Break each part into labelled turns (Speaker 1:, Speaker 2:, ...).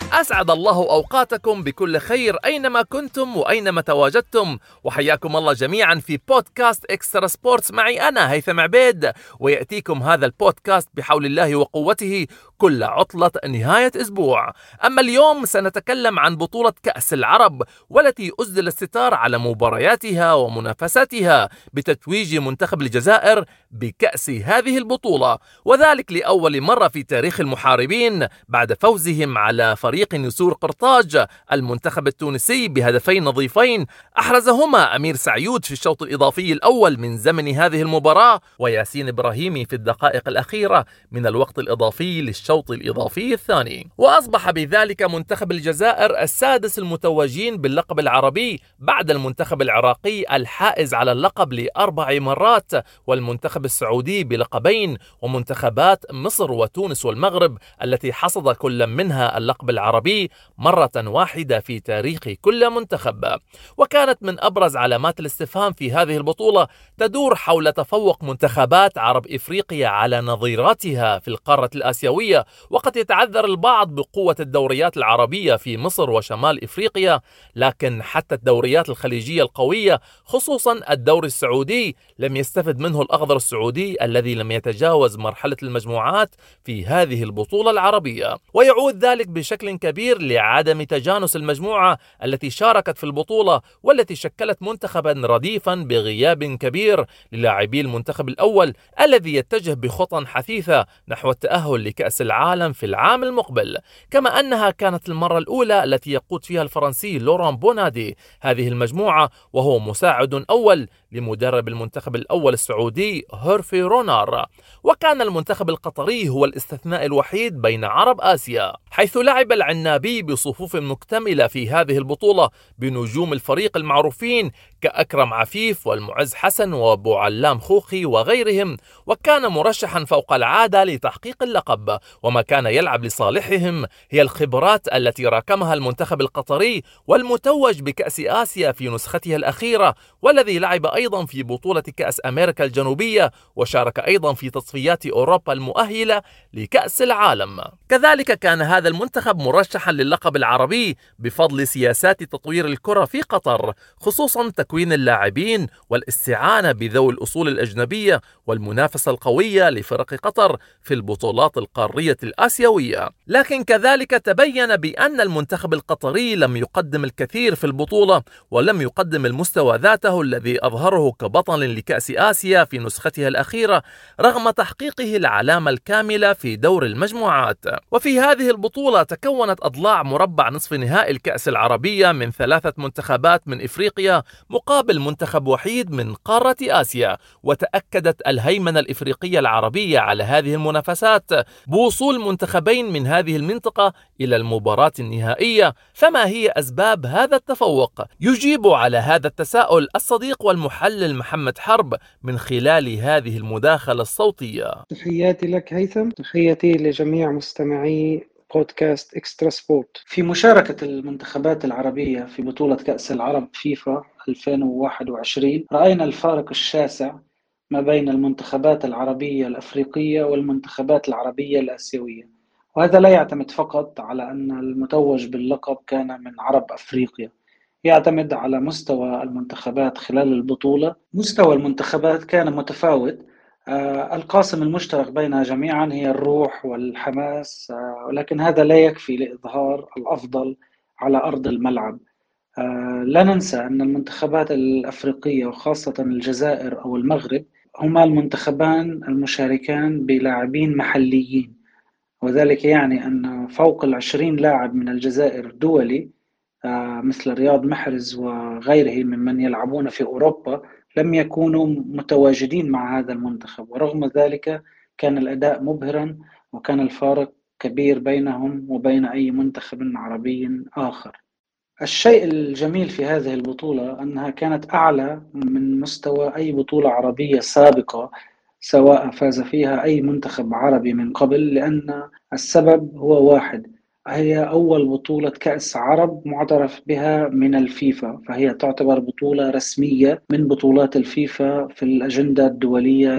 Speaker 1: أسعد الله أوقاتكم بكل خير أينما كنتم وأينما تواجدتم، وحياكم الله جميعا في بودكاست إكسترا سبورتس معي أنا هيثم عبيد. ويأتيكم هذا البودكاست بحول الله وقوته كل عطلة نهاية أسبوع. أما اليوم سنتكلم عن بطولة كأس العرب، والتي أسدل الستار على مبارياتها ومنافساتها بتتويج منتخب الجزائر بكأس هذه البطولة، وذلك لأول مرة في تاريخ المحاربين بعد فوزهم على فريق نسور قرطاج المنتخب التونسي بهدفين نظيفين أحرزهما أمير سعيود في الشوط الإضافي الأول من زمن هذه المباراة، وياسين إبراهيمي في الدقائق الأخيرة من الوقت الإضافي للشوط الإضافي الثاني. وأصبح بذلك منتخب الجزائر السادس المتوجين باللقب العربي بعد المنتخب العراقي الحائز على اللقب ل4 مرات، والمنتخب السعودي بلقبين، ومنتخبات مصر وتونس والمغرب التي حصد كل منها اللقب العربي مرة واحدة في تاريخ كل منتخب. وكانت من أبرز علامات الاستفهام في هذه البطولة تدور حول تفوق منتخبات عرب إفريقيا على نظيراتها في القارة الآسيوية، وقد يتعذر البعض بقوة الدوريات العربية في مصر وشمال إفريقيا، لكن حتى الدوريات الخليجية القوية خصوصا الدوري السعودي لم يستفد منه الأخضر السعودي الذي لم يتجاوز مرحلة المجموعات في هذه البطولة العربية. ويعود ذلك بشكل كبير لعدم تجانس المجموعة التي شاركت في البطولة، والتي شكلت منتخبا رديفا بغياب كبير للاعبي المنتخب الأول الذي يتجه بخطى حثيثة نحو التأهل لكأس العالم في العام المقبل، كما أنها كانت المرة الأولى التي يقود فيها الفرنسي لوران بونادي هذه المجموعة، وهو مساعد أول لمدرب المنتخب الأول السعودي هيرفي رونار. وكان المنتخب القطري هو الاستثناء الوحيد بين عرب آسيا، حيث لعب العنابي بصفوف مكتملة في هذه البطولة بنجوم الفريق المعروفين كأكرم عفيف والمعز حسن وابو علام خوخي وغيرهم، وكان مرشحا فوق العادة لتحقيق اللقب. وما كان يلعب لصالحهم هي الخبرات التي راكمها المنتخب القطري والمتوج بكأس آسيا في نسختها الأخيرة، والذي لعب أيضا في بطولة كأس أمريكا الجنوبية، وشارك أيضا في تصفيات أوروبا المؤهلة لكأس العالم. كذلك كان هذا المنتخب مرشحا للقب العربي بفضل سياسات تطوير الكرة في قطر، خصوصا تكوين اللاعبين والاستعانة بذوي الأصول الأجنبية والمنافسة القوية لفرق قطر في البطولات القارية الآسيوية. لكن كذلك تبين بأن المنتخب القطري لم يقدم الكثير في البطولة، ولم يقدم المستوى ذاته الذي أظهره كبطل لكأس آسيا في نسختها الأخيرة رغم تحقيقه العلامة الكاملة في دور المجموعات. وفي هذه البطولة تكونت أضلاع مربع نصف نهائي الكأس العربية من 3 منتخبات من إفريقيا مقابل منتخب وحيد من قارة آسيا، وتأكدت الهيمنة الإفريقية العربية على هذه المنافسات بوصول منتخبين من هذه المنطقة إلى المباراة النهائية. فما هي أسباب هذا التفوق؟ يجيب على هذا التساؤل الصديق والمحلل محمد حرب من خلال هذه المداخلة الصوتية.
Speaker 2: تحياتي لك هيثم، تحياتي لجميع مستمعي بودكاست إكسترا سبورت. في مشاركة المنتخبات العربية في بطولة كأس العرب فيفا 2021 رأينا الفارق الشاسع ما بين المنتخبات العربية الأفريقية والمنتخبات العربية الآسيوية، وهذا لا يعتمد فقط على أن المتوج باللقب كان من عرب أفريقيا، يعتمد على مستوى المنتخبات خلال البطولة. مستوى المنتخبات كان متفاوت، القاسم المشترك بينها جميعا هي الروح والحماس، ولكن هذا لا يكفي لإظهار الأفضل على أرض الملعب. لا ننسى أن المنتخبات الأفريقية وخاصة الجزائر أو المغرب هما المنتخبان المشاركان بلاعبين محليين، وذلك يعني أن فوق 20 لاعب من الجزائر دولي مثل رياض محرز وغيره ممن يلعبون في أوروبا لم يكونوا متواجدين مع هذا المنتخب، ورغم ذلك كان الأداء مبهرا وكان الفارق كبير بينهم وبين أي منتخب عربي آخر. الشيء الجميل في هذه البطولة أنها كانت أعلى من مستوى أي بطولة عربية سابقة سواء فاز فيها أي منتخب عربي من قبل، لأن السبب هو واحد، هي أول بطولة كأس عرب معترف بها من الفيفا، فهي تعتبر بطولة رسمية من بطولات الفيفا في الأجندة الدولية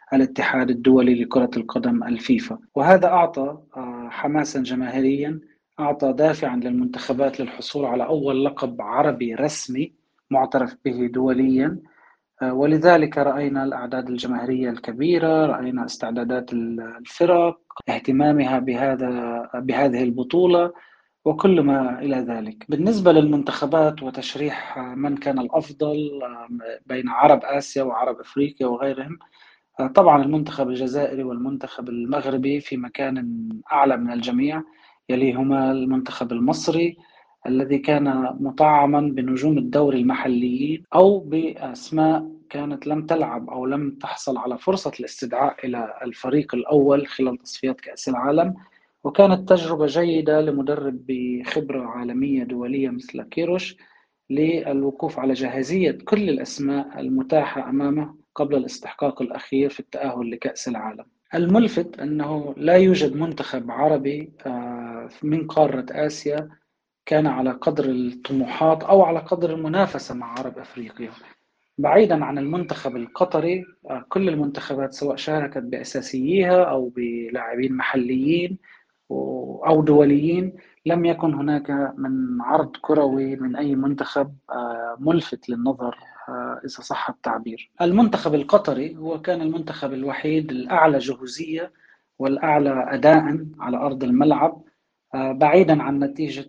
Speaker 2: للاتحاد الدولي لكرة القدم الفيفا، وهذا أعطى حماسا جماهيريا أعطى دافعا للمنتخبات للحصول على أول لقب عربي رسمي معترف به دوليا. ولذلك رأينا الأعداد الجماهيرية الكبيرة، رأينا استعدادات الفرق، اهتمامها بهذه البطولة وكل ما إلى ذلك. بالنسبة للمنتخبات وتشريح من كان الأفضل بين عرب آسيا وعرب أفريقيا وغيرهم، طبعا المنتخب الجزائري والمنتخب المغربي في مكان أعلى من الجميع، يليهما المنتخب المصري الذي كان مطعما بنجوم الدوري المحليين أو بأسماء كانت لم تلعب أو لم تحصل على فرصة الاستدعاء إلى الفريق الأول خلال تصفيات كأس العالم. وكانت تجربة جيدة لمدرب بخبرة عالمية دولية مثل كيروش للوقوف على جاهزية كل الأسماء المتاحة أمامه قبل الاستحقاق الأخير في التأهل لكأس العالم. الملفت أنه لا يوجد منتخب عربي من قارة آسيا كان على قدر الطموحات أو على قدر المنافسة مع عرب أفريقيا. بعيدا عن المنتخب القطري، كل المنتخبات سواء شاركت بأساسييها أو بلاعبين محليين أو دوليين، لم يكن هناك من عرض كروي من أي منتخب ملفت للنظر، إذا صح التعبير. المنتخب القطري هو كان المنتخب الوحيد الأعلى جهوزية والأعلى أداء على أرض الملعب، بعيدا عن نتيجة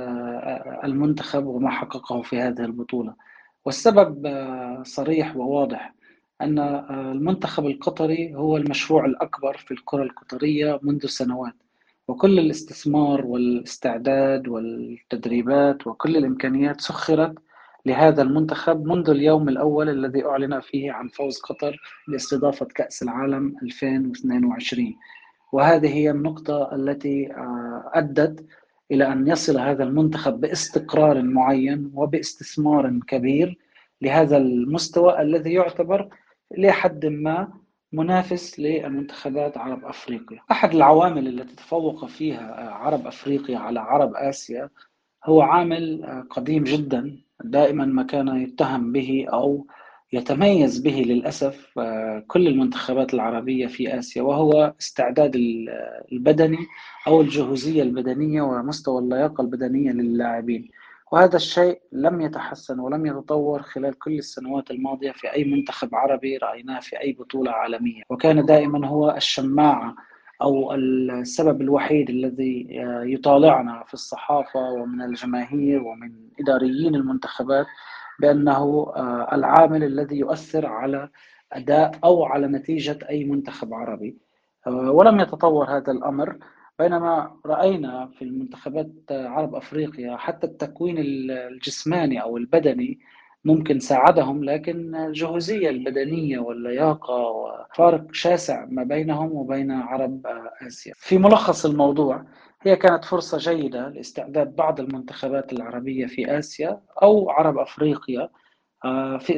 Speaker 2: المنتخب وما حققه في هذه البطولة. والسبب صريح وواضح، أن المنتخب القطري هو المشروع الأكبر في الكرة القطرية منذ سنوات، وكل الاستثمار والاستعداد والتدريبات وكل الإمكانيات سخرت لهذا المنتخب منذ اليوم الأول الذي أعلن فيه عن فوز قطر باستضافة كأس العالم 2022. وهذه هي النقطة التي أدت إلى أن يصل هذا المنتخب باستقرار معين وباستثمار كبير لهذا المستوى الذي يعتبر لحد ما منافس للمنتخبات عرب أفريقيا. أحد العوامل التي تفوق فيها عرب أفريقيا على عرب آسيا هو عامل قديم جدا، دائما ما كان يتهم به أو يتميز به للأسف كل المنتخبات العربية في آسيا، وهو استعداد البدني أو الجهوزية البدنية ومستوى اللياقة البدنية للاعبين. وهذا الشيء لم يتحسن ولم يتطور خلال كل السنوات الماضية في أي منتخب عربي رأيناه في أي بطولة عالمية، وكان دائما هو الشماعة أو السبب الوحيد الذي يطالعنا في الصحافة ومن الجماهير ومن إداريين المنتخبات بأنه العامل الذي يؤثر على أداء أو على نتيجة أي منتخب عربي. ولم يتطور هذا الأمر، بينما رأينا في المنتخبات عرب أفريقيا حتى التكوين الجسماني أو البدني ممكن ساعدهم، لكن الجهوزية البدنية واللياقة وفارق شاسع ما بينهم وبين عرب آسيا. في ملخص الموضوع، هي كانت فرصة جيدة لاستعداد بعض المنتخبات العربية في آسيا أو عرب أفريقيا في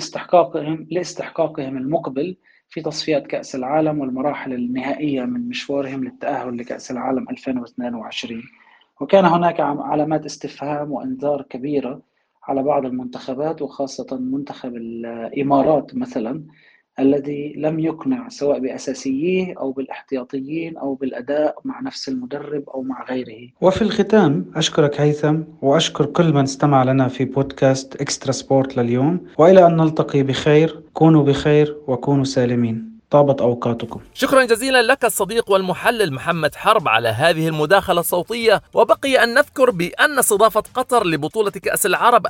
Speaker 2: لاستحقاقهم المقبل في تصفيات كأس العالم والمراحل النهائية من مشوارهم للتأهل لكأس العالم 2022. وكان هناك علامات استفهام وإنذار كبيرة على بعض المنتخبات، وخاصة منتخب الإمارات مثلا الذي لم يقنع سواء بأساسييه أو بالاحتياطيين أو بالأداء مع نفس المدرب أو مع غيره. وفي الختام أشكرك هيثم، وأشكر كل من استمع لنا في بودكاست إكسترا سبورت لليوم، وإلى أن نلتقي بخير. كونوا بخير وكونوا سالمين. طابت أوقاتكم.
Speaker 1: شكرا جزيلا لك الصديق والمحلل محمد حرب على هذه المداخلة الصوتية. وبقي أن نذكر بأن استضافة قطر لبطولة كأس العرب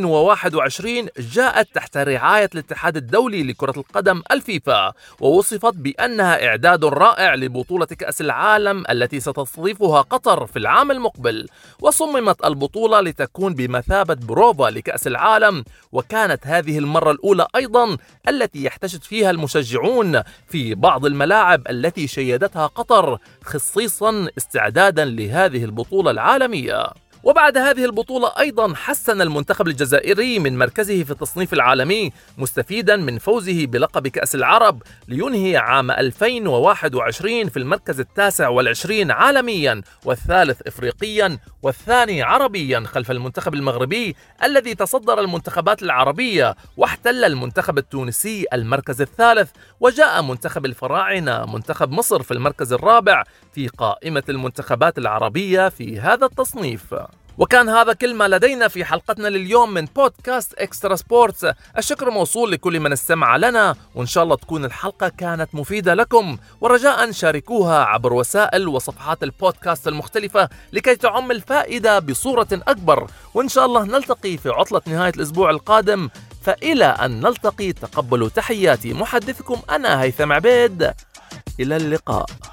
Speaker 1: 2021 جاءت تحت رعاية الاتحاد الدولي لكرة القدم الفيفا، ووصفت بأنها إعداد رائع لبطولة كأس العالم التي ستستضيفها قطر في العام المقبل. وصممت البطولة لتكون بمثابة بروفا لكأس العالم، وكانت هذه المرة الأولى أيضا التي يحتشد فيها المشجعون في بعض الملاعب التي شيدتها قطر خصيصا استعدادا لهذه البطولة العالمية. وبعد هذه البطولة أيضا حسن المنتخب الجزائري من مركزه في التصنيف العالمي مستفيدا من فوزه بلقب كأس العرب لينهي عام 2021 في المركز 29 عالميا والثالث إفريقيا والثاني عربيا خلف المنتخب المغربي الذي تصدر المنتخبات العربية، واحتل المنتخب التونسي المركز الثالث، وجاء منتخب الفراعنة منتخب مصر في المركز الرابع في قائمة المنتخبات العربية في هذا التصنيف. وكان هذا كل ما لدينا في حلقتنا لليوم من بودكاست إكسترا سبورتس. الشكر موصول لكل من استمع لنا، وإن شاء الله تكون الحلقة كانت مفيدة لكم، ورجاء شاركوها عبر وسائل وصفحات البودكاست المختلفة لكي تعم الفائدة بصورة أكبر. وإن شاء الله نلتقي في عطلة نهاية الأسبوع القادم، فإلى أن نلتقي تقبلوا تحياتي محدثكم أنا هيثم عبيد، إلى اللقاء.